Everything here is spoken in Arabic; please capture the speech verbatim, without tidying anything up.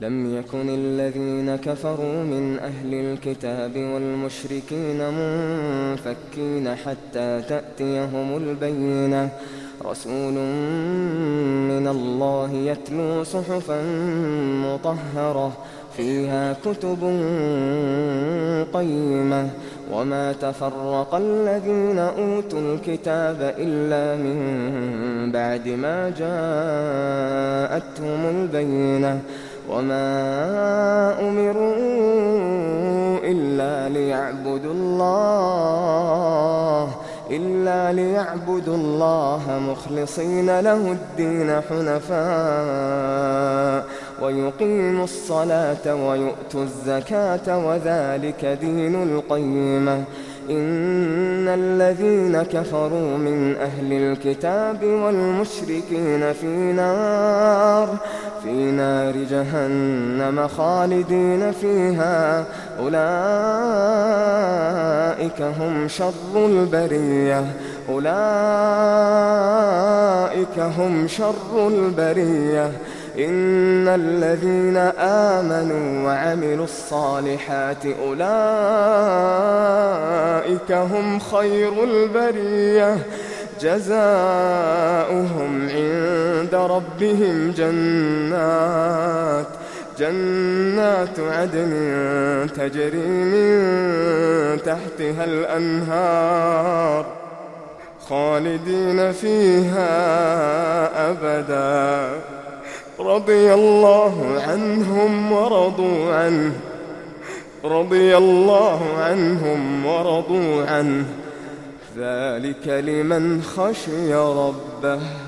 لم يكن الذين كفروا من أهل الكتاب والمشركين منفكين حتى تأتيهم البينة رسول من الله يتلو صحفا مطهرة فيها كتب قيمة وما تفرق الذين أوتوا الكتاب إلا من بعد ما جاءتهم البينة وما أمروا إلا ليعبدوا الله إلا ليعبدوا الله مخلصين له الدين حنفاء ويقيموا الصلاة ويؤتوا الزكاة وذلك دين القيمة إن الذين كفروا من أهل الكتاب والمشركين في نار في نار جهنم خالدين فيها أولئك هم شر البرية أولئك هم شر البرية إن الذين آمنوا وعملوا الصالحات أولئك هم خير البرية جزاؤهم عند ربهم جنات جنات عدن تجري من تحتها الأنهار خالدين فيها أبدا رضي الله عنهم ورضوا عنه رضي الله عنهم ورضوا عنه ذلك لمن خشي ربه.